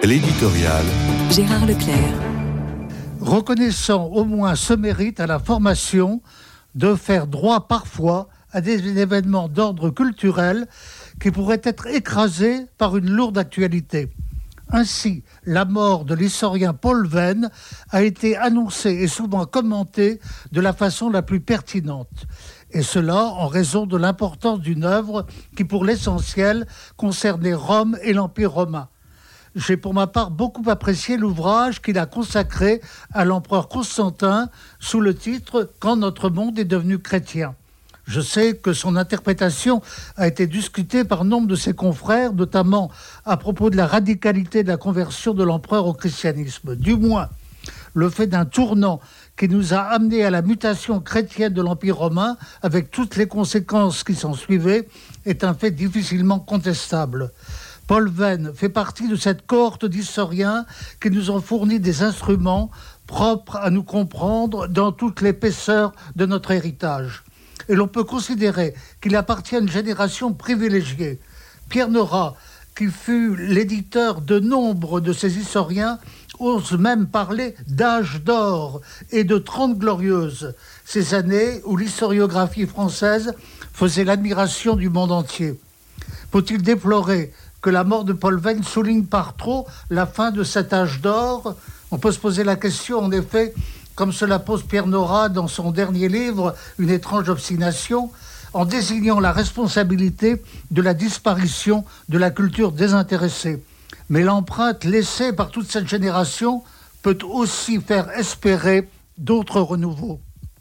L'éditorial. Gérard Leclerc. Reconnaissant au moins ce mérite à la formation de faire droit parfois à des événements d'ordre culturel qui pourraient être écrasés par une lourde actualité. Ainsi, la mort de l'historien Paul Venn a été annoncée et souvent commentée de la façon la plus pertinente. Et cela en raison de l'importance d'une œuvre qui, pour l'essentiel, concernait Rome et l'Empire romain. J'ai pour ma part beaucoup apprécié l'ouvrage qu'il a consacré à l'empereur Constantin sous le titre « Quand notre monde est devenu chrétien ». Je sais que son interprétation a été discutée par nombre de ses confrères, notamment à propos de la radicalité de la conversion de l'empereur au christianisme. Du moins, le fait d'un tournant qui nous a amenés à la mutation chrétienne de l'Empire romain, avec toutes les conséquences qui s'en suivaient, est un fait difficilement contestable. Paul Venn fait partie de cette cohorte d'historiens qui nous ont fourni des instruments propres à nous comprendre dans toute l'épaisseur de notre héritage. Et l'on peut considérer qu'il appartient à une génération privilégiée. Pierre Nora, qui fut l'éditeur de nombre de ces historiens, ose même parler d'âge d'or et de 30 glorieuses, ces années où l'historiographie française faisait l'admiration du monde entier. Faut-il déplorer que la mort de Paul Venn souligne par trop la fin de cet âge d'or ? On peut se poser la question, en effet, comme cela pose Pierre Nora dans son dernier livre, Une étrange obstination, en désignant la responsabilité de la disparition de la culture désintéressée. Mais l'empreinte laissée par toute cette génération peut aussi faire espérer d'autres renouveaux.